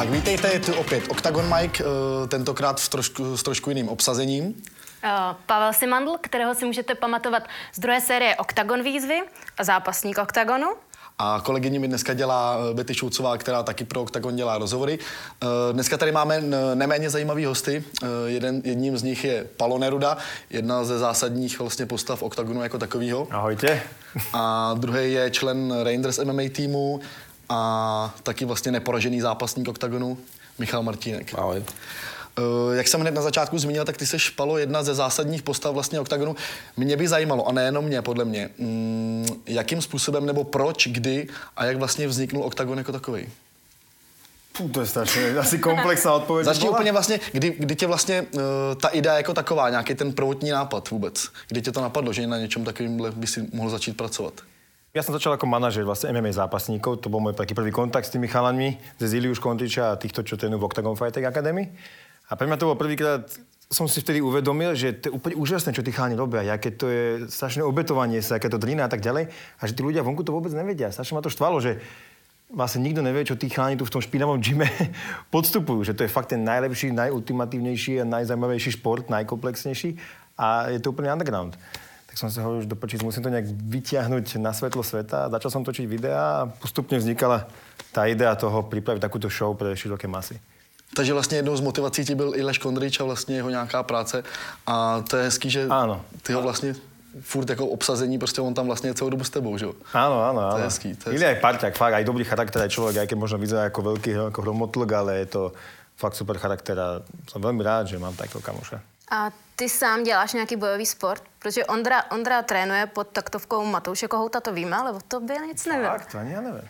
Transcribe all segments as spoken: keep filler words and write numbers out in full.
Tak, vítejte, je tu opět Octagon Mike, tentokrát v trošku, s trošku jiným obsazením. Uh, Pavel Simandl, kterého si můžete pamatovat z druhé série Octagon výzvy a zápasník Octagonu. A kolegyně mi dneska dělá Betty Šulcová, která taky pro Octagon dělá rozhovory. Dneska tady máme neméně zajímavý hosty. Jeden, jedním z nich je Palo Neruda, jedna ze zásadních vlastně postav Octagonu jako takovýho. Ahojte. A druhý je člen Rangers M M A týmu a taky vlastně neporažený zápasník Octagonu Michal Martínek. Ahoj. Jak jsem hned na začátku zmínil, tak ty seš, Palo, jedna ze zásadních postav vlastně Octagonu. Mě by zajímalo, a nejenom mě, podle mě, mm, jakým způsobem nebo proč, kdy a jak vlastně vzniknul Octagon jako takový? Puh, to je strašně asi komplexná odpověď. Začni úplně vlastně, kdy, kdy tě vlastně uh, ta idea jako taková, nějaký ten prvotní nápad vůbec, kdy tě to napadlo, že na něčem takovýmhle by si mohl začít pracovat? Ja som začal ako manažer vlastne M M A zápasníkov, to bol môj taký prvý kontakt s tými chalami, ze Ziliuš Kontiča a týchto, čo trénujú v Octagon Fighting Academy. A pre mňa to bol prvýkrát, som si vtedy uvedomil, že to je úplne úžasné, čo tí chalani robia, aké to je strašné obetovanie sa, aké to drina a tak ďalej. A že tí ľudia vonku to vôbec nevedia. Strašne ma to štvalo, že vlastne nikto nevie, čo tí chalani tu v tom špinavom gyme podstupujú. Že to je fakt ten najlepší, najultimatívnejší a najzaujímavejší šport, najkomplexnejší. A je to úplne underground. Tak som si hovoril, že do počíc musím to nejak vyťahnuť na svetlo sveta. Začal som točiť videa a postupne vznikala tá idea toho pripraviť takúto show pre široké masy. Takže vlastně jednou z motivací ti byl i Leš Kondryč a vlastně jeho nějaká práce. A to je hezký, že áno. Ty ho vlastně furt jako obsazení, prostě on tam vlastně celou dobu s tebou, že jo? Áno, áno, áno. To je hezký. To je Ili aj parťák, fakt, aj dobrý charakter, aj človek, aj keď možno vyzerá ako veľký ako hromotlk, ale je to fakt super charakter a som veľmi rád, že mám takého kamoša. A ty sám děláš nějaký bojový sport? Protože Ondra, Ondra trénuje pod taktovkou Matouše Kohouta, to víme, ale o tobě nic nevím. Fakt, to ani ja neviem.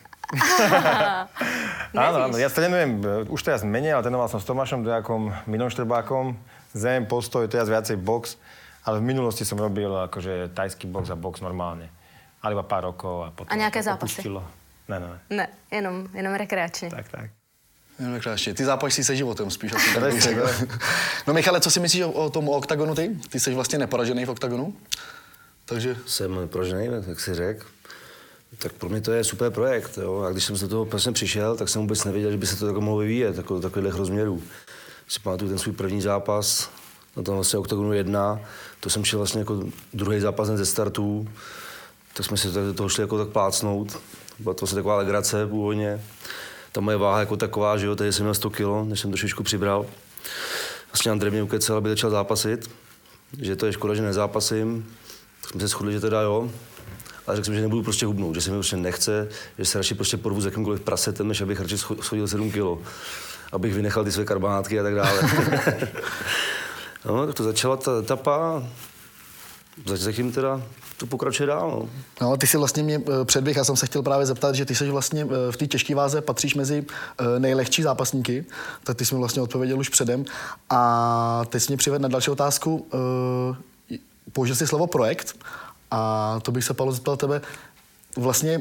Áno, áno, ja trénujem už teraz menej, ale trénoval som s Tomášom Dojakom, Minom Štrbákom, zem, postoj, teraz viacej box, ale v minulosti som robil akože tajský box a box normálne. Ale iba pár rokov a potom... A nějaké zápasy? Opustilo. Ne, ne, ne. Ne, jenom, jenom rekreačně. Tak, tak. Jenom rekreačně. Ty zápasí se životem spíš asi. Tak no Michale, co si myslíš o, o tom Octagonu ty? Ty jsi vlastně neporažený v Octagonu? Takže... Jsem neporažený, tak si řekl. Tak pro mě to je super projekt, jo. A když jsem do toho vlastně přišel, tak jsem vůbec nevěděl, že by se to takhle mohlo vyvíjet, tako, takových rozměrů. Si pamatuju ten svůj první zápas, na tom vlastně Octagonu jedna, to jsem šel vlastně jako druhý zápas ze startu, tak jsme si do toho šli jako tak plácnout. Byla to vlastně taková legrace původně. Ta moje váha jako taková, že jo, tady jsem měl sto kilo, než jsem trošičku přibral. Vlastně Andrej mě ukecel, aby začal zápasit, že to je škoda, že nezápasím. Tak jsme se shodli, že teda jo. Ale řekl jsem, že nebudu prostě hubnout, že se mi prostě nechce, že se radši prostě porvu s jakýmkoliv prasetem, než abych radši schodil sedm kilo. Abych vynechal ty své karbonátky a tak dále. No, tak to začala ta etapa. Zatím teda to pokračuje dál, no. No, ty jsi vlastně mě předběh, já jsem se chtěl právě zeptat, že ty jsi vlastně v té těžké váze patříš mezi nejlehčí zápasníky, tak ty jsi mi vlastně odpověděl už předem. A teď jsi mě přivedl na další otázku. Použil jsi slovo projekt a to bych se, Palo, zeptal tebe. Vlastně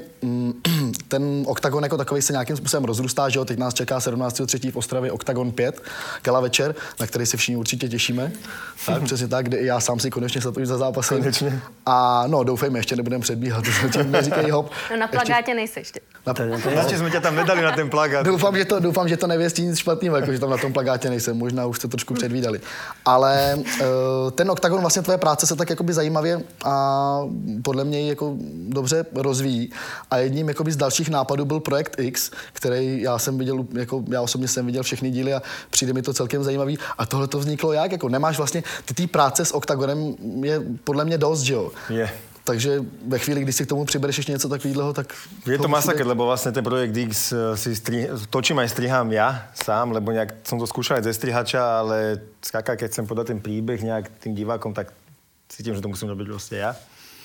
ten Octagon jako takový se nějakým způsobem rozrůstá, že jo? Teď nás čeká sedmnáctého třetího v Ostravě Octagon pět, gala večer, na který se všichni určitě těšíme. Tak, přesně tak, kde i já sám si konečně statuji za zápasem. Konečně. A no, doufejme, ještě nebudeme předbíhat, zatím neříkej hop. No na plagátě ještě... nejsi ještě. Na... Ještě jsme tě tam nedali na ten plagát. Doufám, že to, doufám, že to nevěstí nic špatného, jako že tam na tom plagátě nejsem, možná už jste trošku předvídali. Ale uh, ten Octagon, vlastně tvoje práce se tak jakoby zajímavě a podle mě jako dobře rozvíjí. A jedním jakoby z dalších nápadů byl Projekt X, který já jsem viděl, jako já osobně jsem viděl všechny díly a přijde mi to celkem zajímavý. A tohle to vzniklo jak? Jako nemáš vlastně, ty té práce s Octagonem je podle mě dost, že jo? Je. Takže ve chvíli, když si k tomu přibereš ještě něco takového, tak... Je to masakr, lebo vlastne ten Projekt X si stri... točím aj strihám ja sám, lebo nejak som to skúšal aj ze strihača, ale skáka, keď chcem podať ten príbeh nejak tým divákom, tak cítim, že to musím robiť vlastne ja.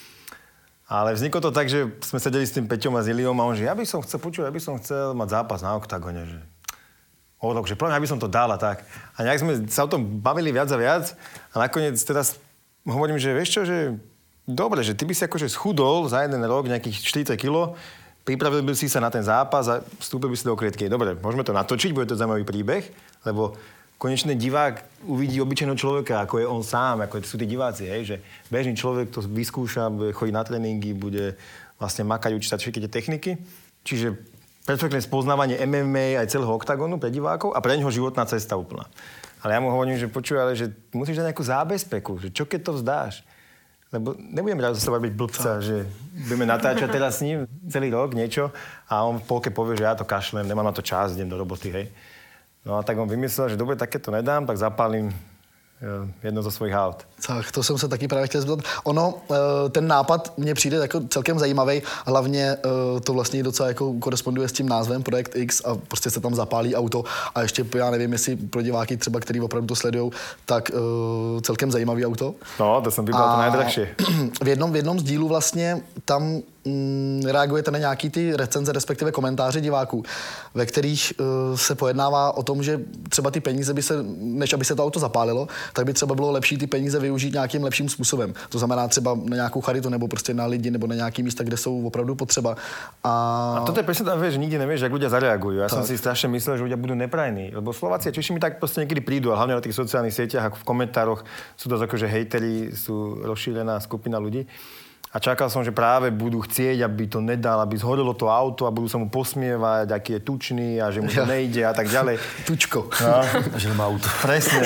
Ale vzniklo to tak, že sme sedeli s tým Peťom a Ziliom a on že ja by som chcel, počuť, ja by som chcel mať zápas na Octagone, že... O, takže plne, ja by som to dal a tak. A nejak sme sa o tom bavili viac a viac a nakoniec teraz hovorím, že vieš čo, že dobre, že ty by si akože schudol za jeden rok nejakých štyridsať kilo, pripravil by si sa na ten zápas a vstúpil by si do oklietky. Dobre, môžeme to natočiť, bude to zaujímavý príbeh, lebo konečne divák uvidí obyčajného človeka, ako je on sám, ako sú tí diváci, hej, že bežný človek to vyskúša, bude chodiť na tréningy, bude vlastne makať, učiť všetky tie techniky. Čiže perfektné spoznávanie em em á aj celého oktagonu pre divákov a pre neho životná cesta úplná. Ale ja mu hovorím, že počuj, ale že musíš dať nejakú zábezpeku, že čo keď to vzdáš? Lebo nebudem rád zo seba byť blbca, že budeme natáčať teraz s ním celý rok niečo a on v polke povie, že ja to kašlem, nemám na to čas, idem do roboty, hej. No a tak on vymyslel, že dobre, také to nedám, tak zapálím jedno zo svojich aut. Tak, to jsem se taky právě chtěl zeptat. Ono, ten nápad mně přijde jako celkem zajímavý, hlavně to vlastně docela jako koresponduje s tím názvem Projekt X a prostě se tam zapálí auto a ještě, já nevím, jestli pro diváky třeba, který opravdu to sledujou, tak celkem zajímavý auto. No, to jsem vybral to nejdražší. V jednom, v jednom z dílů vlastně tam mm, reagujete na nějaký ty recenze, respektive komentáře diváků, ve kterých uh, se pojednává o tom, že třeba ty peníze by se, než aby se to auto zapálilo, tak by třeba bylo lepší ty peníze využít nějakým lepším způsobem. To znamená třeba na nějakou charitu nebo prostě na lidi nebo na nějaký místa, kde jsou opravdu potřeba. A, a toto je presne tam, vieš, nikdy nevieš, jak ľudia zareagujú. Ja tak. som si strašne myslel, že ľudia budú neprajní, lebo Slováci a Češi mi tak proste niekedy prídu, a hlavne na tých sociálnych sieťach, ako v komentároch sú to akože hejteri, sú rozšírená skupina ľudí. A čakal som, že práve budú chcieť, aby to nedal, aby zhorilo to auto a budú sa mu posmievať, aký je tučný a že mu to nejde a tak ďalej. Tučko. No. A že nemá auto. Presne.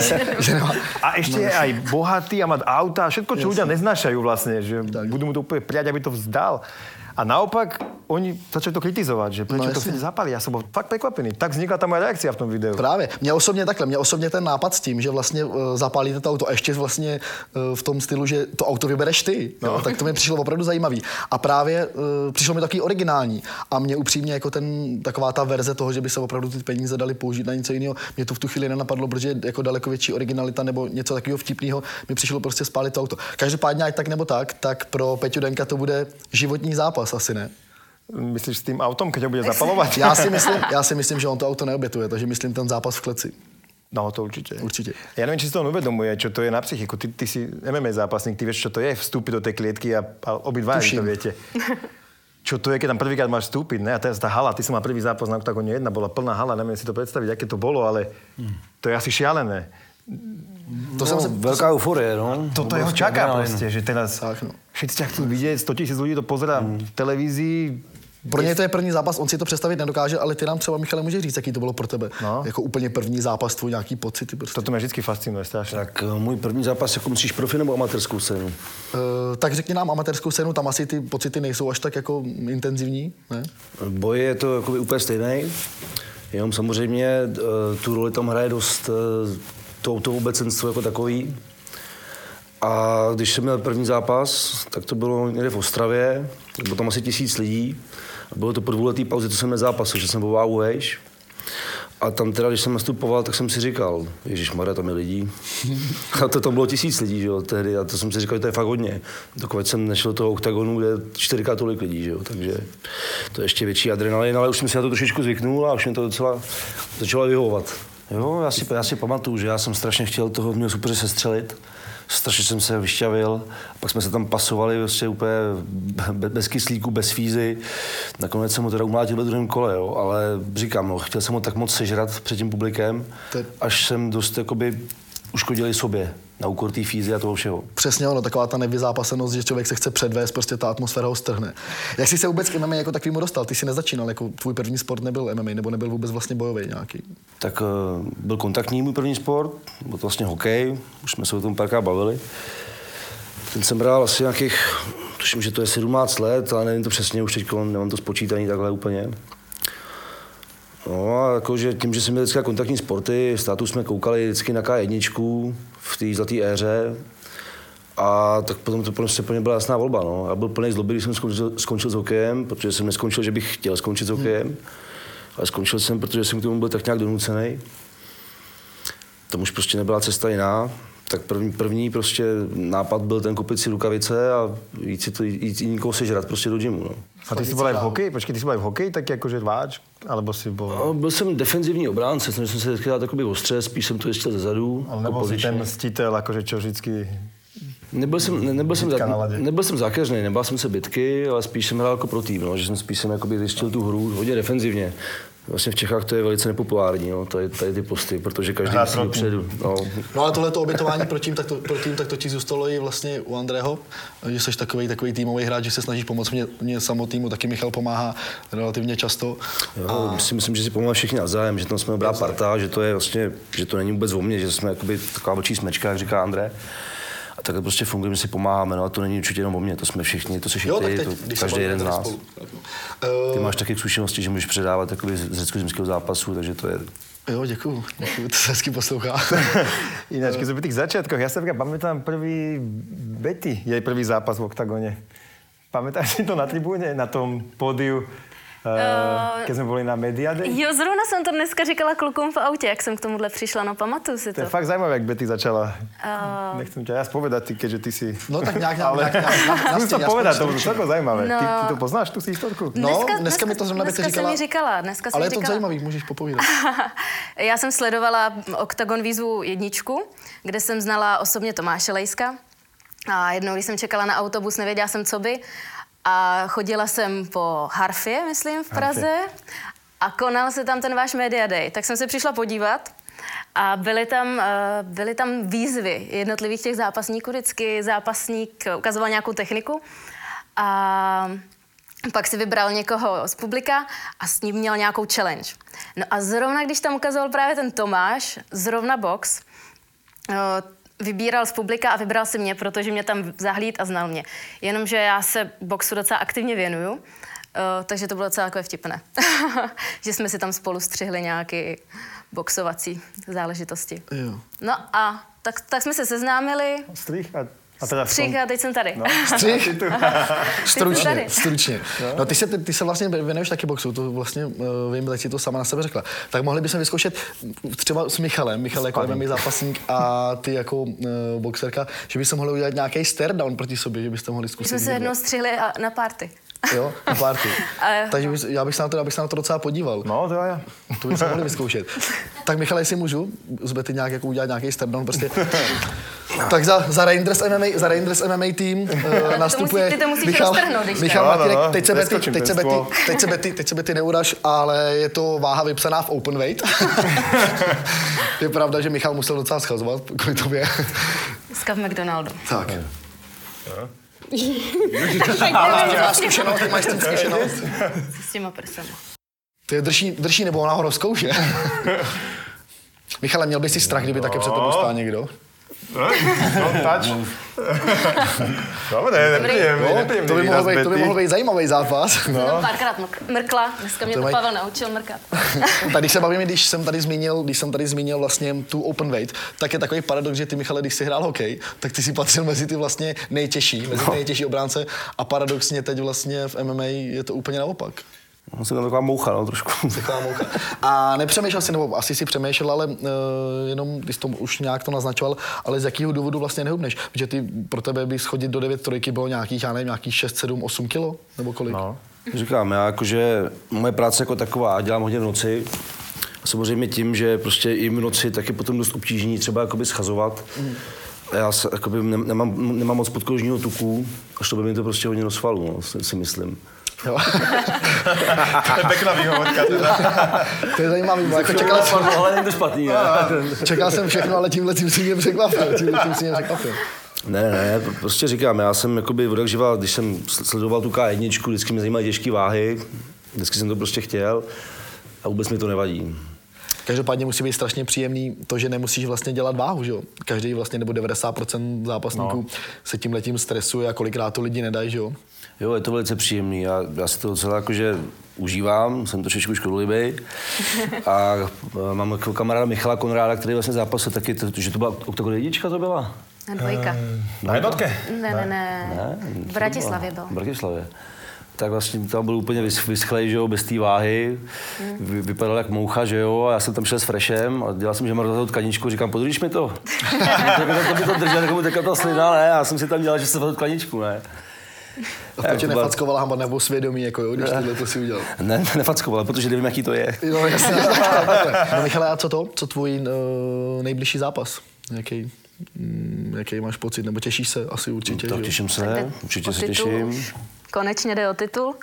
A ešte je aj bohatý a mať auta a všetko, čo ľudia neznášajú vlastne, že tak. Budú mu to úplne prijať, aby to vzdal. A naopak, oni začali to kritizovat, že prečo no, to si zapali. Já jsem byl fakt překvapený. Tak vznikla ta moje reakce v tom videu. Právě. Mě osobně takhle, mě osobně ten nápad s tím, že vlastně uh, zapálíte to auto a ještě vlastně uh, v tom stylu, že to auto vybereš ty, no. Jo, tak to mi přišlo opravdu zajímavý. A právě uh, přišlo mi takový originální. A mě upřímně jako ten, taková ta verze toho, že by se opravdu ty peníze dali použít na něco jiného, mě to v tu chvíli nenapadlo, protože jako daleko větší originalita nebo něco takového vtipného mi přišlo prostě spálit to auto. Každopádně ať tak nebo tak, tak pro Peťu Denka to bude životní zápas. Asi ne. Myslíš s tím autom, keď ho bude zapalovat? Já si myslím, já si myslím, že on to auto neobětuje, takže myslím ten zápas v kleci. No, to určitě. Určitě. Já nevím, či si to on uvědomuje, čo to je na psychiku. Ty, ty si em em á zápasník, ty víš, čo to je vstúpiť do tej klietky a, a obidva to viete. Čo to je, keď tam prvýkrát máš vstúpiť, ne? A teraz tá hala, ty si mal prvý zápas na oktagóne jedna, bola plná hala, neviem si to predstaviť, aké to bolo, ale to je asi šialené. To no, jsem velká euforie, no. Toto jeho čaká prostě, že teraz no. Všetci ťa chcú vidieť, sto tisíc ľudí to pozerá mm. v televízii. Pro něj to je první zápas, on si to představit nedokáže, ale ty nám třeba, Michale, můžeš říct, jaký to bylo pro tebe. No. Jako úplně první zápas, tvůj nějaký pocity. Prostě. To mě vždycky fascinuje, strašně. Tak můj první zápas, jako myslíš profi nebo amatérskou scénu? Uh, tak řekni nám amatérskou scénu, tam asi ty pocity nejsou až tak jako intenzivní, ne? Boj je to jako úplně stejný, jenom samozřejmě uh, tu roli tam hraje dost uh, to autoobecenstvo jako takový. A když jsem měl první zápas, tak to bylo někde v Ostravě, bylo tam asi tisíc lidí. A bylo to po dvouletý pauze, to jsem nezápasil, že jsem po váhu vejš. A tam teda, když jsem nastupoval, tak jsem si říkal, ježišmarja, tam je lidí. A to tam bylo tisíc lidí, že jo, tehdy. A to jsem si říkal, že to je fakt hodně. Dokud jsem nešel do toho oktagonu, kde je čtyřikrát tolik lidí, že jo. Takže to je ještě větší adrenalin, ale už jsem si na to trošičku zvyknul a už mě to docela začalo vyhovovat. Jo, já si, já si pamatuju, že já jsem strašně chtěl toho měl super sestřelit. Strašně jsem se vyšťavil, pak jsme se tam pasovali vlastně úplně bez kyslíku, bez fízy. Nakonec jsem ho teda umlátil ve druhém kole, jo, ale říkám, no, chtěl jsem ho tak moc sežrat před tím publikem, až jsem dost jakoby uškodili sobě na úkor té fízy a toho všeho. Přesně ono, taková ta nevyzápasenost, že člověk se chce předvést, prostě ta atmosféra ho strhne. Jak jsi se vůbec k em em á jako takovýmu dostal? Ty jsi nezačínal, jako tvůj první sport nebyl em em á, nebo nebyl vůbec vlastně bojový nějaký? Tak uh, byl kontaktní můj první sport, byl to vlastně hokej, už jsme se o tom párkrát bavili. Ten jsem hrál asi nějakých, tuším, že to je sedmnáct let, ale nevím to přesně, už teď nemám to spočítaný takhle úplně. No a jakože tím, že jsem měl vždycky kontaktní sporty, v státu jsme koukali vždycky na ká jedna v té zlaté éře a tak potom to prostě pro mě byla jasná volba. No. Já byl plný zloby, když jsem skončil, skončil s hokejem, protože jsem neskončil, že bych chtěl skončit s hokejem, hmm. ale skončil jsem, protože jsem k tomu byl tak nějak donucený. Tam už prostě nebyla cesta jiná. Tak první, první prostě nápad byl ten koupit si rukavice a jít si to, jít, jít někoho sežrat prostě do gymu, no. A ty jsi byl aj v hokeji? Počkej, ty jsi byl aj v hokeji, tak jakože rváč? Alebo si byl... No, byl jsem defenzivní obránce, snažil jsem se vždycky dát takový ostře, spíš jsem to ještě zezadu. Ale nebyl jsi ten mstitel, jakože čo vždycky... Nebyl jsem, ne, nebyl jsem, za, nebyl jsem zákeřný, nebál jsem se bitky, ale spíš jsem hrál jako pro tým, no, že jsem spíš jsem jakoby zjistil tu hru hodně defenzivně. Vlastně v Čechách to je velice nepopulární, no, tady, tady ty posty, protože každý musí dopředu. No. No ale tohleto obětování pro tým, tak to, pro tým, tak to ti zůstalo i vlastně u Andrého, že jsi takový takový týmový hráč, že se snažíš pomoct mě, mě samotnému, taky Michal pomáhá relativně často. Jo, a... si myslím, že si pomáháme všichni navzájem, že tam jsme dobrá parta, že to je vlastně, že to není vůbec o mně, že jsme jakoby taková vlčí smečka, jak říká André. A takhle prostě funguje, že si pomáháme, no a to není určitě jenom o mně, to jsme všichni, to jsi jo, ty, teď, to každý jeden z nás. Ty máš taky zkušenosti, že můžeš předávat takový z řecko-zimského zápasu, takže to je... Jo, děkuju, děkuju, to se hezky poslouchá. Ináč, keď som pri tých začiatkoch, ja sa pamätám prvý Betty, jej prvý zápas v oktagone. Pamätáš si to na tribúne, na tom pódiu? Uh, keď jsme byli na Media Day? Jo, zrovna jsem to dneska říkala klukům v autě, jak jsem k tomuhle přišla, no pamatuju si to. To je fakt zajímavé, jak Betty začala. Uh... Nechcem ťa ja spovedať, ty, keďže ty si... No tak nějak, ale... nějak, nějak, nějak Zkus to povedať, to bylo celko zajímavé. No. Ty, ty to poznáš, tu si historku? No, dneska, dneska mi to zrovna Betty říkala. Dneska jsem říkala, dneska jsem ale je to říkala. zajímavý, můžeš popovídat. Já jsem sledovala Oktagon výzvu jedničku, kde jsem znala osobně Tomáše Lejska. A jednou, když jsem čekala na autobus, nevěděla jsem, co by. A chodila jsem po Harfě, myslím, v Praze. A konal se tam ten váš Media Day. Tak jsem se přišla podívat. A byly tam, byly tam výzvy jednotlivých těch zápasníků. Vždycky zápasník ukazoval nějakou techniku. A pak si vybral někoho z publika a s ním měl nějakou challenge. No a zrovna, když tam ukazoval právě ten Tomáš, zrovna box, vybíral z publika a vybral si mě, protože mě tam zahlíd a znal mě. Jenomže já se boxu docela aktivně věnuju, uh, takže to bylo docela takové vtipné. Že jsme si tam spolu střihli nějaké boxovací záležitosti. Jo. No a tak, tak jsme se seznámili. Střih a, a teda Střih a teď jsem tady. No. Střih? Stručně, tady. stručně. No ty se, ty, ty se vlastně věnuješ taky boxu, to vlastně uh, vím, tak si to sama na sebe řekla. Tak mohli bychom vyzkoušet třeba s Michalem, Michal jako M M A zápasník a ty jako uh, boxerka, že bychom mohli udělat nějaký stare down proti sobě, že byste mohli zkusit. My jsme se jednou střihli a- na party. Jo, na party. Takže bys, já bych se na to, já bych se na to docela podíval. No, to já. To bychom mohli vyzkoušet. Tak Michale, jestli můžu, z Betty nějak jako udělat nějaký stare down, prostě. Tak za, za Rangers M M A, za Rangers M M A tým uh, nastupuje ty to musíš Michal, roztrhnout, když Michal no, Martínek. no, no. Teď se Betty, Neskočím teď se ten Betty, stůl. teď se Betty, teď se Betty neuraž, ale je to váha vypsaná v open weight. Je pravda, že Michal musel docela schazovat kvůli tobě. Dneska v McDonaldu. Tak. Tak Máš zkušenost, ty máš s tím zkušenost. s těma prsama. Ty drží, drží nebo ona ho rozkouše. Michale, měl bys si strach, kdyby také před tebou stál někdo? No, tač. Dobre, nepríjemný, Jo, nepríjemný. to by mohl být, to by Betty. mohl být zajímavý zápas. No. Jsem párkrát mrk- mrkla, dneska mě To to, mají- Pavel naučil mrkat. Tady se bavíme, když jsem tady zmínil, když jsem tady zmínil vlastně tu open weight, tak je takový paradox, že ty, Michale, když jsi hrál hokej, tak ty si patřil mezi ty vlastně nejtěžší, mezi ty nejtěžší obránce a paradoxně teď vlastně v M M A je to úplně naopak. No, jsem tam taková moucha, no, trošku. Taková mouka. A nepřemýšlel jsi, nebo asi si přemýšlel, ale uh, jenom, když to už nějak to naznačoval, ale z jakého důvodu vlastně nehubneš? Protože ty pro tebe by schodit do devět trojky bylo nějakých, já nevím, nějakých šest, sedm, osm kilo, nebo kolik? No. Říkám, já jakože moje práce jako taková, dělám hodně v noci. A samozřejmě tím, že prostě i v noci tak je potom dost obtížný třeba jakoby schazovat. Mm. Já se, jakoby, nemám, nemám moc podkožního tuku, až to by mi to prostě hodně do svalu, no, si, si myslím. Jo. To je pekná výhovorka teda. To je zajímavý, bo jako čekal jsem, ale není to špatný, ne? čekal jsem všechno, ale tímhle tím si mě překvapil, tímhle tím si mě překvapil. Ne, ne, prostě říkám, já jsem jakoby od jak živa, když jsem sledoval tu K jedna, vždycky mě zajímaly těžké váhy, vždycky jsem to prostě chtěl a vůbec mi to nevadí. Každopádně musí být strašně příjemný to, že nemusíš vlastně dělat váhu, že jo? Každý vlastně, nebo devadesát procent zápasníků no. se tímhletím stresuje a kolikrát to lidi nedají, že jo? Jo, je to velice příjemný. Já, já si to docela jakože užívám, jsem trošičku škodolibý. A mám jako kamaráda Michala Konráda, který vlastně zápasil taky, to, že to byla Oktagon jednička, to byla? Na dvojka. Na jednotke? Ne, ne, ne. Ne? V Bratislavě byl. V Bratislavě. Tak vlastně tam byl úplně vyschlej, že jo, bez té váhy. Vy, vypadal jak moucha, že jo, a já jsem tam šel s freshem a dělal jsem, že mám rozhodnout tkaničku, říkám, podržíš mi to? To by to držel, jako by ta slina, ne, já jsem si tam dělal, že jsem rozhodl tkaničku, ne. A to tě nefackovala hamba nebo svědomí, jako jo, když tohle to si udělal. Ne, nefackovala, protože nevím, jaký to je. Jo, jasně. No Michale, a co to? Co tvůj uh, nejbližší zápas? Jaký, mm, jaký máš pocit? Nebo těšíš se? Asi určitě, Tak že jo? těším Tak se, jde určitě o se titul. těším. Konečně jde o titul.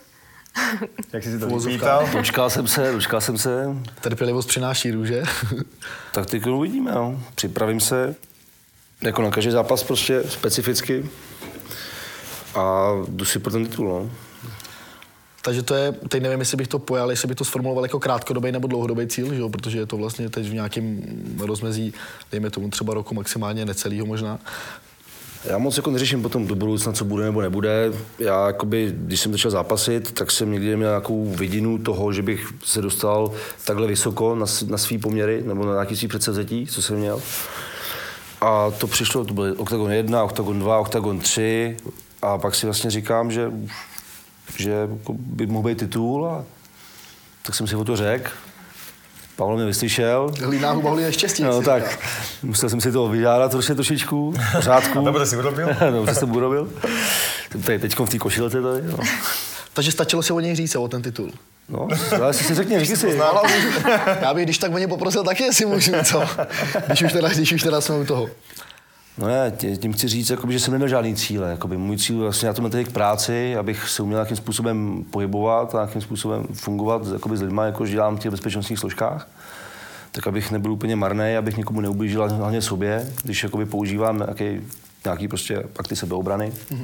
Jak jsi si to vypýtal? Dočkal jsem se, dočkal jsem se. Trpělivost přináší růže. Tak teď uvidíme, no. Připravím se. Jako na každý zápas prostě specificky. A jdu si pro ten titul, no. Takže to je, teď nevím, jestli bych to pojal, jestli bych to sformuloval jako krátkodobý nebo dlouhodobý cíl, že jo? Protože je to vlastně teď v nějakém rozmezí, dejme tomu třeba roku maximálně necelýho možná. Já moc jako neřeším potom do budoucna, co bude nebo nebude. Já, jakoby, když jsem začal zápasit, tak jsem někdy měl nějakou vidinu toho, že bych se dostal takhle vysoko na, na svý poměry nebo na nějaký svý předsevzetí, co jsem měl. A to přišlo, to byl oktagon jedna, oktagon dva, oktagon tři a pak si vlastně říkám, že, že jako by mohl být titul a tak jsem si o to řekl. Pavel mě vyslyšel. Hlíná huba hlí neštěstí. No tak, musel jsem si to vyžádat trošku, trošičku, pořádku. A dobře jsi urobil? Dobře jsem urobil. Tady teďkom v té košilce tady, no. Takže stačilo si o něj říct, o ten titul. No, ale si si řekni, říkej si. Já bych když tak o ně poprosil taky, jestli můžu, co? Když už teda, když už teda jsme u toho. No ne, tím chci říct, jakoby, že jsem neměl žádný cíle. Jakoby, můj cíl vlastně na tom k práci, abych se uměl nějakým způsobem pohybovat a nějakým způsobem fungovat jakoby, s lidmi, jako že dělám v těch bezpečnostních složkách. Tak abych nebyl úplně marný, abych někomu neublížil, hlavně sobě, když jakoby, používám nějaký, nějaký prostě akty sebeobrany. Mm-hmm.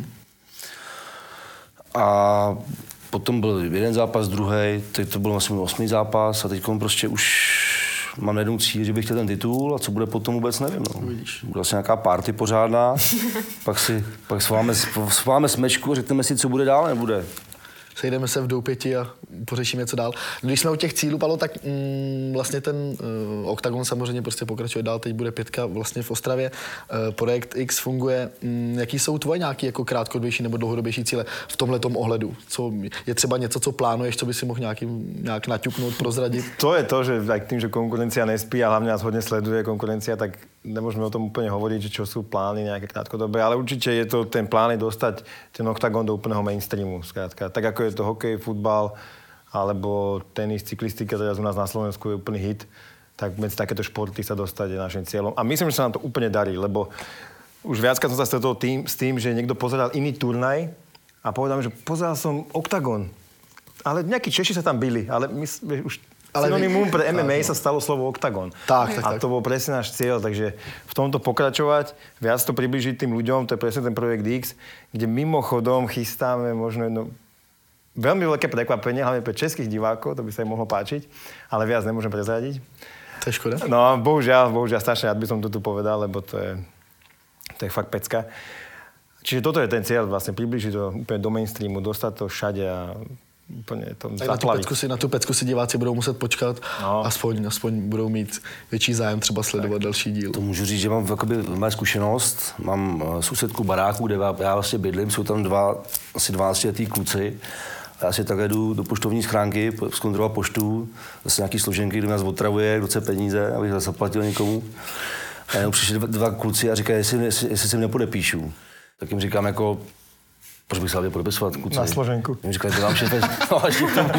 A potom byl jeden zápas, druhý, teď to byl vlastně osmý zápas a teď prostě už mám jednou cíl, že bych chtěl ten titul a co bude potom vůbec nevím. No. Bude vlastně nějaká party pořádná, pak si pak svoláme, svoláme smečku a řekneme si, co bude dál, nebude. Sejdeme se v Doupěti a pořešíme, co dál. Když jsme u těch cílů, Palo, tak mm, vlastně ten uh, oktagon samozřejmě prostě pokračuje dál, teď bude pětka vlastně v Ostravě. Uh, projekt X funguje. Mm, jaký jsou tvoje nějaký jako krátkodobější nebo dlouhodobější cíle v tomhletom ohledu? Co, je třeba něco, co plánuješ, co by si mohl nějakým, nějak naťuknout, prozradit? To je to, že aj tým, že konkurencia nespí a hlavne nás hodne sleduje konkurencia, tak nemôžeme o tom úplne hovoriť, že čo sú plány nejaké krátkodobé, ale určite je to ten plán je dostať ten oktagon do úplného mainstreamu, skrátka. Tak ako je to hokej, futbal, alebo tenis, cyklistika, teraz u nás na Slovensku je úplný hit, tak medzi takéto športy sa dostať je našim cieľom. A myslím, že sa nám to úplne darí, lebo už viackrát som sa stretol tým, s tým, že niekto pozeral iný turnaj a povedal mi, že pozeral som oktagon. Ale nejakí Češi sa tam byli, ale my už synonymum pre em em á sa stalo slovo oktagon. Tak, tak, a tak. to bol presne náš cieľ, takže v tomto pokračovať, viac to priblížiť tým ľuďom, to je presne ten projekt X, kde mimochodom chystáme možno jedno veľmi veľké prekvapenie, hlavne pre českých divákov, to by sa im mohlo páčiť, ale viac nemôžem prezradiť. To je škoda. No, bohužiaľ, bohužiaľ, strašne rád by som to tu povedal, lebo to je, to je fakt pecka. Čiže toto je ten cieľ, vlastne priblížiť to úplne do mainstreamu, dostať to všade a úplně to na tu, pecku si, na tu pecku si diváci budou muset počkat, no. aspoň, aspoň budou mít větší zájem třeba sledovat tak. další díl. To můžu říct, že mám jakoby, mé zkušenost, mám sousedku baráku, kde já vlastně bydlím, jsou tam dva, asi dvanáctiletí kluci. A já si takhle jdu do poštovní schránky, zkontrolovat poštu, zase nějaký složenky, kdo nás otravuje, kdo chce peníze, abych zase zaplatil někomu. A jenom přišli dva, dva kluci a říkají, jestli, jestli, jestli si mě nepodepíšu. Tak jim říkám jako, proč bych se hlavně podepisovat, kluci? Na složenku. Jim říkají, to vám šéfe, no až k tomu.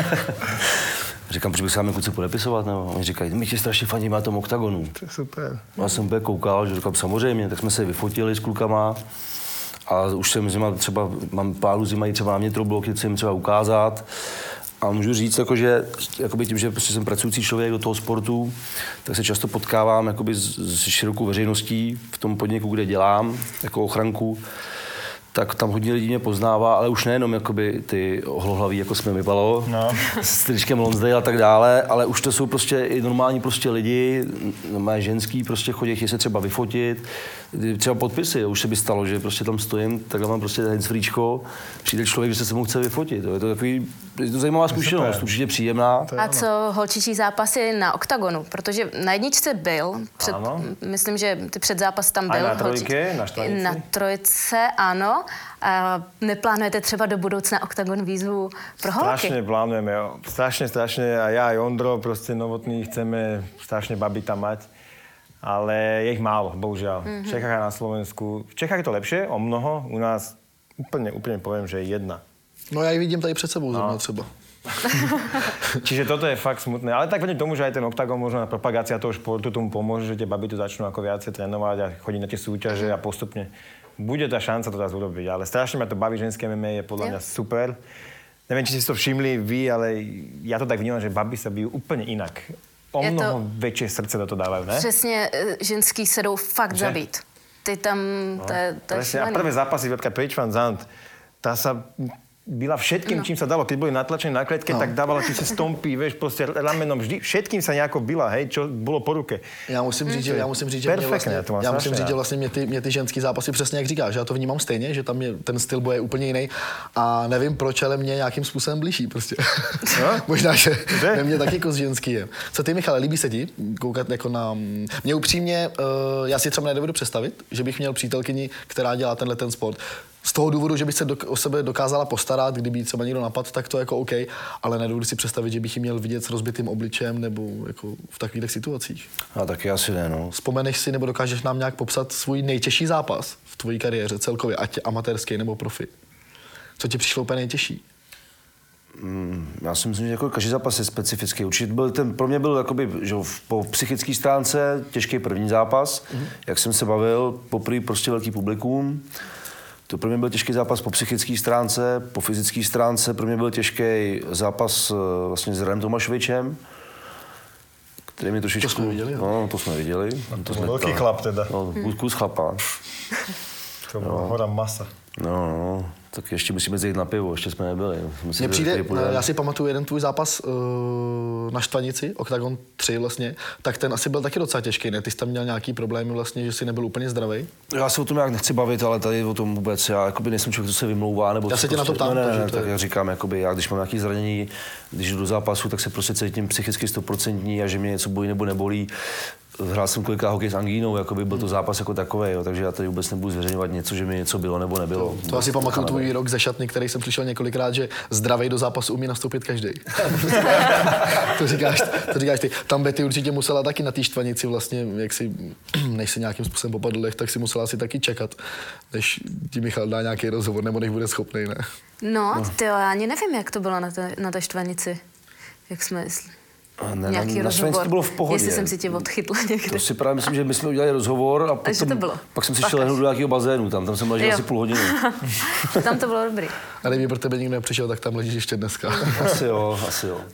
Říkám, proč bych se hlavně kluci podepisovat, nebo oni říkají, my tě strašně fandíme na tom oktagonu. To je super. Já jsem úplně koukal, že říkám, samozřejmě, tak jsme se vyfotili s klukama. A už jsem zima třeba, mám pár lidí, mají třeba na mě trobloky, chci jim třeba ukázat. A můžu říct, jako, že jakoby tím, že prostě jsem pracující člověk do toho sportu, tak se často potkávám jakoby s, s širokou veřejností v tom podniku, kde dělám, jako ochranku. Tak tam hodně lidí mě poznává, ale už nejenom jakoby ty ohlohlaví, jako jsme vypalo, no. s tričkem Lonsdale a tak dále, ale už to jsou prostě i normální prostě lidi, normálně ženský, prostě chodí, chtějí se třeba vyfotit, třeba podpisy, už se by stalo, že prostě tam stojím, takhle mám prostě handsfreečko, přijde člověk, že se se mnou chce vyfotit, je to takový, je to zajímavá zkušenost, určitě příjemná. A co holčičí zápasy na oktagonu, protože na jedničce byl, před, myslím, že ty předzápas tam byl. A na trojke, na štvanici? Na trojce, ano. A neplánujete třeba do budoucna oktagon výzvu pro holky? Strašne plánujeme, jo. Strašne, strašne. A ja aj Ondro, proste novotný, chceme strašne baby tam mať. Ale je ich málo, bohužiaľ. Mm-hmm. V Čechách a na Slovensku. V Čechách je to lepšie, o mnoho. U nás úplne, úplne poviem, že je jedna. No ja ich vidím tady před sebou no. zrovna třeba. Čiže toto je fakt smutné. Ale tak vedem tomu, že aj ten oktagon, možno na propagácia toho športu tomu pomôže, že tie baby tu začnú ako viacej trénovať a chodiť na tie súťaže a postupne bude tá šanca to teraz urobiť, ale strašne ma to baví, ženské em em á je podľa mňa super. neviem, či ste si to všimli vy, ale ja to tak vnímam, že baby sa bijú úplne inak. O Je mnoho to... väčšie srdce do toho dávajú, ne? Přesně, eh, ženský se jdou fakt Že? zabít. Ty tam, No, to je, to je presne. A šílený. prvé zápasy, napríklad Paige Van Zandt, tá sa byla všetkým, no. čím sa dalo. Keď boli natlačení na kletke, no. tak dávala ti sa stompy, vieš, proste ramenom vždy. Všetkým sa nejako byla, hej, čo bylo po ruke. Já musím říct, že, já musím říct, že mě Perfektné, vlastně, to mám já musím strašně říct, že rád. vlastně mě ty, mě ty ženský zápasy přesně jak říkáš, já to vnímám stejně, že tam je ten styl boje úplně jiný a nevím proč, ale mě nějakým způsobem blíží prostě. No? Možná, že Že? ve mně taky kus ženský je. Co ty, Michale, líbí se ti koukat jako na... Mě upřímně, uh, já si třeba nedovedu představit, že bych měl přítelkyni, která dělá tenhle ten sport. Z toho důvodu, že by se do, o sebe dokázala postarat, kdyby jí třeba někdo napadl, tak to jako OK, ale nedovedu si představit, že bych ji měl vidět s rozbitým obličem nebo jako v takových situacích. A taky asi ne, no. Vzpomeneš si nebo dokážeš nám nějak popsat svůj nejtěžší zápas v tvojí kariéře celkově, ať amatérský nebo profi? Co ti přišlo úplně nejtěžší? Mm, já si myslím, že jako každý zápas je specifický. Určitě byl ten, pro mě byl jakoby, že po psychické stránce těžký první zápas, mm-hmm. jak jsem se bavil, poprvé prostě velký publikum. To pro mě byl těžký zápas po psychické stránce, po fyzické stránce pro mě byl těžký zápas vlastně s Renem Tomášovičem, který mi trošičku... To jsme viděli, jo. No, to jsme viděli. To, to byl velký chlap teda. No, kus chlapa. To byla no. hora masa. No, no, tak ještě musíme zajít na pivo, ještě jsme nebyli. Mně přijde, já si pamatuju jeden tvůj zápas uh, na Štvanici, Octagon tři vlastně, tak ten asi byl taky docela těžký, ne? Ty jsi tam měl nějaký problémy vlastně, že jsi nebyl úplně zdravý. Já se o tom nějak nechci bavit, ale tady o tom vůbec, já jakoby nejsem člověk, co se vymlouvá, nebo já se tě prostě, na to ptám, ne, ne, ne, to tak je... já říkám, jakoby, já když mám nějaké zranění, když jdu do zápasu, tak se prostě cítím psychicky stoprocentní a že mě něco bolí nebo nebolí. Hrál jsem kolikrát hokej s angínou, jakoby byl to zápas jako takový, jo, takže já tady vůbec nebudu zveřejňovat něco, že mi něco bylo nebo nebylo. To, to asi pamatuju tvůj rok ze šatny, který jsem slyšel několikrát, že zdravej do zápasu umí nastoupit každý. to, říkáš, to říkáš ty. Tam Betty určitě musela taky na té Štvanici vlastně, jak si, než se nějakým způsobem popadl leh, tak si musela asi taky čekat, než ti Michal dá nějaký rozhovor, nebo než bude schopný, ne? No, no. Tyjo, já ani nevím, jak to bylo na té, na té Štvanici. Jak jsme... Ne, nějaký na, rozhovor. Na to bylo v pohodě. Jestli jsem si tě odchytla někde. To si právě myslím, že my jsme udělali rozhovor a potom, to bylo. pak jsem si šel lehnout do nějakého bazénu, tam, tam jsem ležel asi půl hodiny. Tam to bylo dobrý. A kdyby pro tebe nikdo nepřišel, tak tam ležíš ještě dneska. Asi jo, asi jo.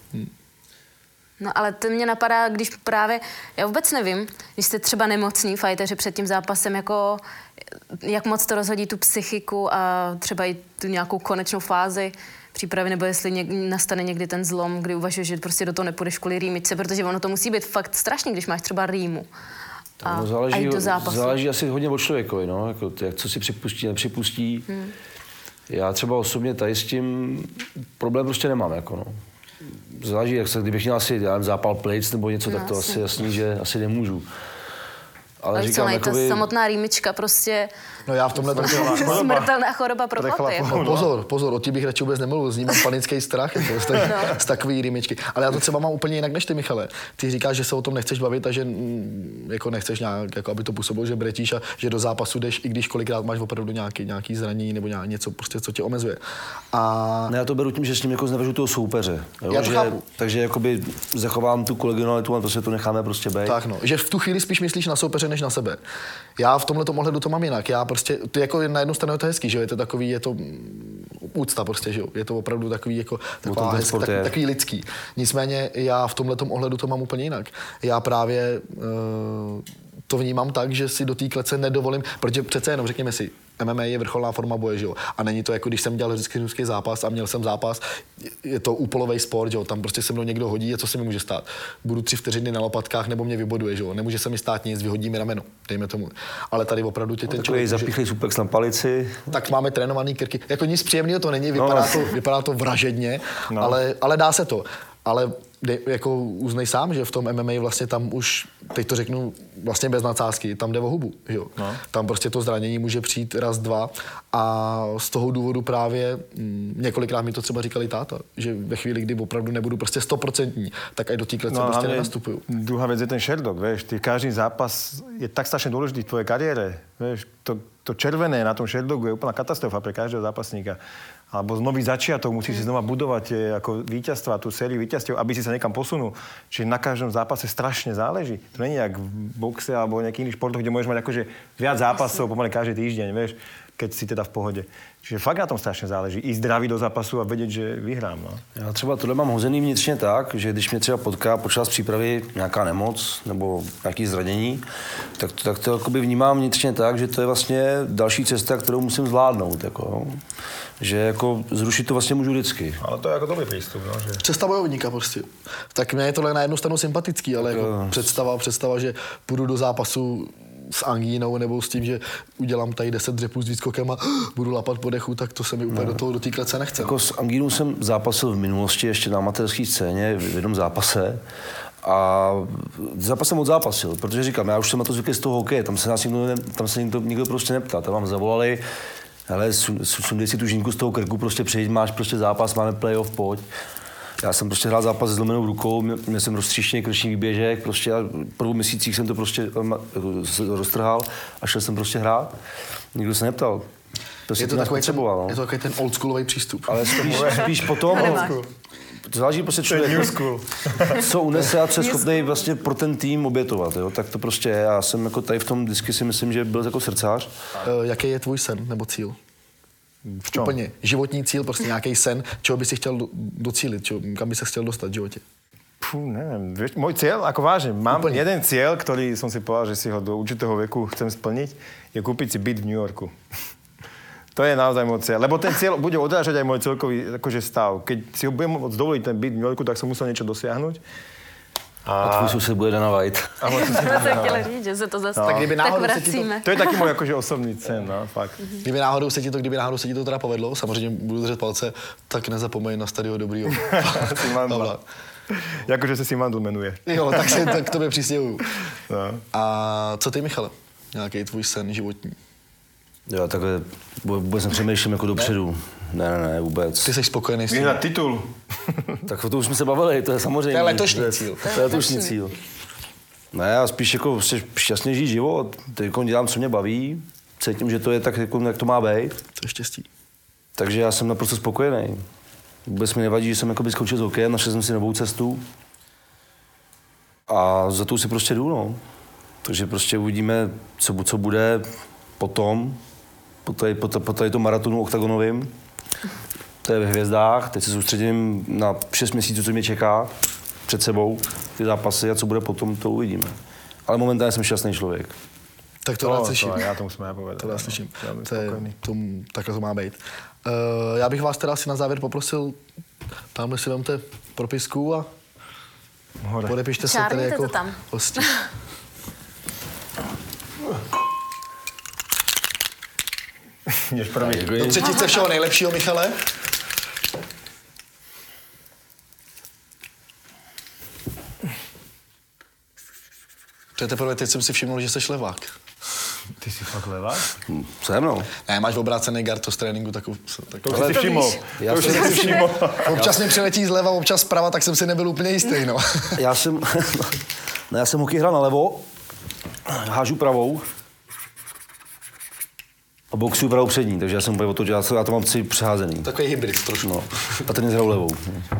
No ale to mě napadá, když právě, já vůbec nevím, když jste třeba nemocní fajteři před tím zápasem, jako jak moc to rozhodí tu psychiku a třeba i tu nějakou konečnou fázi přípravy, nebo jestli něk, nastane někdy ten zlom, kdy uvažuješ, že prostě do toho nepůjdeš kvůli rýmičce, protože ono to musí být fakt strašný, když máš třeba rýmu. A, no, záleží, a jít do zápasu. Záleží asi hodně od člověkovi, no, jako, jak, co si připustí, nepřipustí. Hmm. Já třeba osobně tady s tím problém prostě nemám, jako no. Záleží, jak se, kdybych měl asi já nevím, zápal plic nebo něco, no, tak to asi, asi jasný, že asi nemůžu. Ale, ale říkám, co, jakoby... ta samotná rýmička prostě... No já v tomhle tom smrtelná choroba pro chlapy. No, pozor, pozor, o tí bych radši vůbec nemluvil, z ní mám panický strach jako, z, tak, no. z takový rýmičky. Ale já to třeba mám úplně jinak než ty, Michale. Ty říkáš, že se o tom nechceš bavit a že mm, jako nechceš nějak, jako aby to působilo, že bretíš a že do zápasu jdeš, i když kolikrát máš opravdu nějaký, nějaký zranění nebo nějak, něco, prostě, co tě omezuje. A... Ne, já to beru tím, že s ním jako znevažu toho soupeře. Jo? Já to že, chápu. takže jakoby zachovám tu kolegionalitu a prostě to necháme prostě být. Tak no, že v tu chvíli spíš myslíš na soupeře než na sebe. Já v tomhle ohledu to mám jinak. Já prostě, ty jako na jednu stranu je to hezký, že jo? Je to takový, je to úcta prostě, že jo? Je to opravdu takový jako taková hezký, tak, takový lidský. Nicméně já v tomhletom ohledu to mám úplně jinak. Já právě uh, to vnímám tak, že si do té klece nedovolím, protože přece jenom řekněme si, M M A je vrcholná forma boje, že jo? A není to jako když jsem dělal římský zápas a měl jsem zápas, je to úpolový sport, že jo? Tam prostě se mnou někdo hodí a co se mi může stát? Budu tři vteřiny na lopatkách nebo mě vyboduje, že jo? Nemůže se mi stát nic, vyhodí mi rameno, dejme tomu. Ale tady opravdu tě no, ten člověk zapíchlý může... suplex na palici. Tak máme trénovaný krky. Jako nic příjemného to není, vypadá, no. to, vypadá to vražedně, no. ale, ale dá se to. Ale de, jako uznej sám, že v tom M M A vlastně tam už, teď to řeknu vlastně bez nadsázky, tam jde o hubu, jo. No. Tam prostě to zranění může přijít raz, dva a z toho důvodu právě m, několikrát mi to třeba říkali táta, že ve chvíli, kdy opravdu nebudu prostě stoprocentní, tak aj do té klece no, prostě nenastupuju. Druhá věc je ten Sherdog, vieš, ty každý zápas je tak strašně důležitý v tvojej kariére, vieš, to, to červené na tom Sherdogu je úplná katastrofa pre každého zápasníka. Alebo nový začiatok, musíš si znova budovať ako víťazstva, tú sériu víťazstiev, aby si sa niekam posunul. Čiže na každom zápase strašne záleží. To nie je jak v boxe alebo nejaký iný športoch, kde môžeš mať akože viac zápasov pomaly každý týždeň, vieš. keď si teda v pohode. Čiže fakt na tom strašně záleží. I zdravý do zápasu a vědět, že vyhrám. No. Já třeba tohle mám hozený vnitřně tak, že když mě třeba potká počas přípravy nějaká nemoc nebo nějaké zranění, tak to, tak to jakoby vnímám vnitřně tak, že to je vlastně další cesta, kterou musím zvládnout. Jako, že jako zrušit to vlastně můžu vždycky. Ale to je jako dobrý přístup. No, že... Cesta bojovníka prostě. Tak mě je tohle na jednu stranu sympatický, ale jako představa, představa, že půjdu do zápasu s angínou nebo s tím, že udělám tady deset dřepů s výskokem a budu lapat po dechu, tak to se mi úplně no. do toho do té klece nechce. Jako s angínou jsem zápasil v minulosti ještě na amatérské scéně v jednom zápase a zápas jsem odzápasil, protože říkám, já už jsem na to zvyklý z toho hokeje, tam se nás nikdo, ne, tam se nikdo, nikdo prostě neptá, tam vám zavolali, hele, sundej si tu žínku z toho krku, prostě přijď, máš prostě zápas, máme playoff, pojď. Já jsem prostě hrál zápas s zlomenou rukou, měl, měl jsem roztříštěný krční výběžek, prostě a prvou měsících jsem to prostě roztrhal a šel jsem prostě hrát. Nikdo se neptal. Je to, takový ten, no. je to takový ten oldschoolový přístup. Ale spíš, spíš potom, to záleží prostě člověk, co unese a co je schopný vlastně pro ten tým obětovat, jo? Tak to prostě je. Já jsem jako tady v tom vždycky si myslím, že byl jako srdcař. Uh, jaký je tvůj sen nebo cíl? V čem? Úplně životní cíl, prostě nějaký sen, čeho by si chtěl do, docílit, čeho, kam by se chtěl dostat v životě? Fú, neviem. Môj cieľ, ako vážne, mám Úplne. jeden cieľ, ktorý som si povedal, že si ho do určitého veku chcem splniť, je kúpiť si byt v New Yorku. To je naozaj môj cieľ. Lebo ten cieľ bude odrážať aj môj celkový akože stav. Keď si ho budem môcť dovoliť ten byt v New Yorku, tak som musel niečo dosiahnuť. A, a tvůj sused bude Dana White. A můj sused bude Dana White. Říct, že se to zase no. tak, tak vracíme. To, to je taky můj jakože osobní sen, no, fakt. Mm-hmm. Kdyby náhodou se ti to, kdyby náhodou se ti to teda povedlo, samozřejmě budu držet palce, tak nezapomeň na starého dobrýho. Simandla. Jakože se Simandl jmenuje. Jo, tak se tak k tobě přistěhuju. No. A co ty, Michale? Nějaký tvůj sen životní? Jo, takhle vůbec nepřemýšlím jako dopředu. Ne, ne, ne, vůbec. Ty jsi spokojený s tím? Vyhrát titul. Tak o tom už jsme se bavili, to je samozřejmě. To je letošní cíl. To je letošní cíl. Ne, já spíš jako šťastně žít život. Teď dělám, co mě baví. Cítím, že to je tak, jako, jak to má být. To je štěstí. Takže já jsem naprosto spokojený. Vůbec mi nevadí, že jsem jako skončil s hokejem, našel jsem si novou cestu. A za to si prostě jdu, no. Takže prostě uvidíme, co, co bude potom, po tady, po, po tady tom maratonu oktagonovým. To je ve hvězdách, teď se soustředím na šest měsíců, co mě čeká před sebou, ty zápasy a co bude potom, to uvidíme. Ale momentálně jsem šťastný člověk. Tak to rád slyším. Já to musím povedat. To rád slyším. To je, tom, takhle to má být. Uh, já bych vás teda asi na závěr poprosil, tamhle si vemte propisku a Hore. Podepište se tady jako tam. Hosti. Do třetice všeho nejlepšího, Michale. To je teprve, teď jsem si všiml, že jsi levák. Ty jsi fakt levák? Hmm, se mnou. Ne, máš obrácený gard z tréninku, tak... tak to už jsi všiml. Já to už jsi všiml. Občas mi přiletí zleva, občas zprava, tak jsem si nebyl úplně jistý, no. Já jsem... Ne, já jsem hokej hrál na levo, hážu pravou a boxuju pravou přední, takže já jsem úplně o to, že já, já to mám tři přeházený. Takový hybrid trošku. No. A ten hrál levou.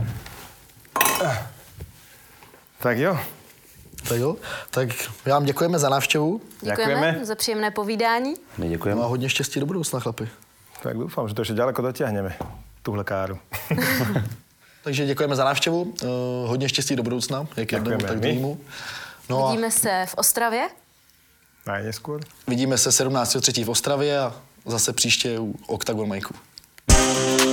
Tak jo. Tak jo, tak vám děkujeme za návštěvu. Děkujeme, děkujeme za příjemné povídání. My děkujeme. No a hodně štěstí do budoucna, chlapi. Tak doufám, že to ještě daleko dotáhneme, tuhle káru. Takže děkujeme za návštěvu, uh, hodně štěstí do budoucna, jak jednomu, tak druhému. No Vidíme a... se v Ostravě. Najneskôr. Vidíme se sedmnáctého třetího v Ostravě a zase příště u Octagon Majku.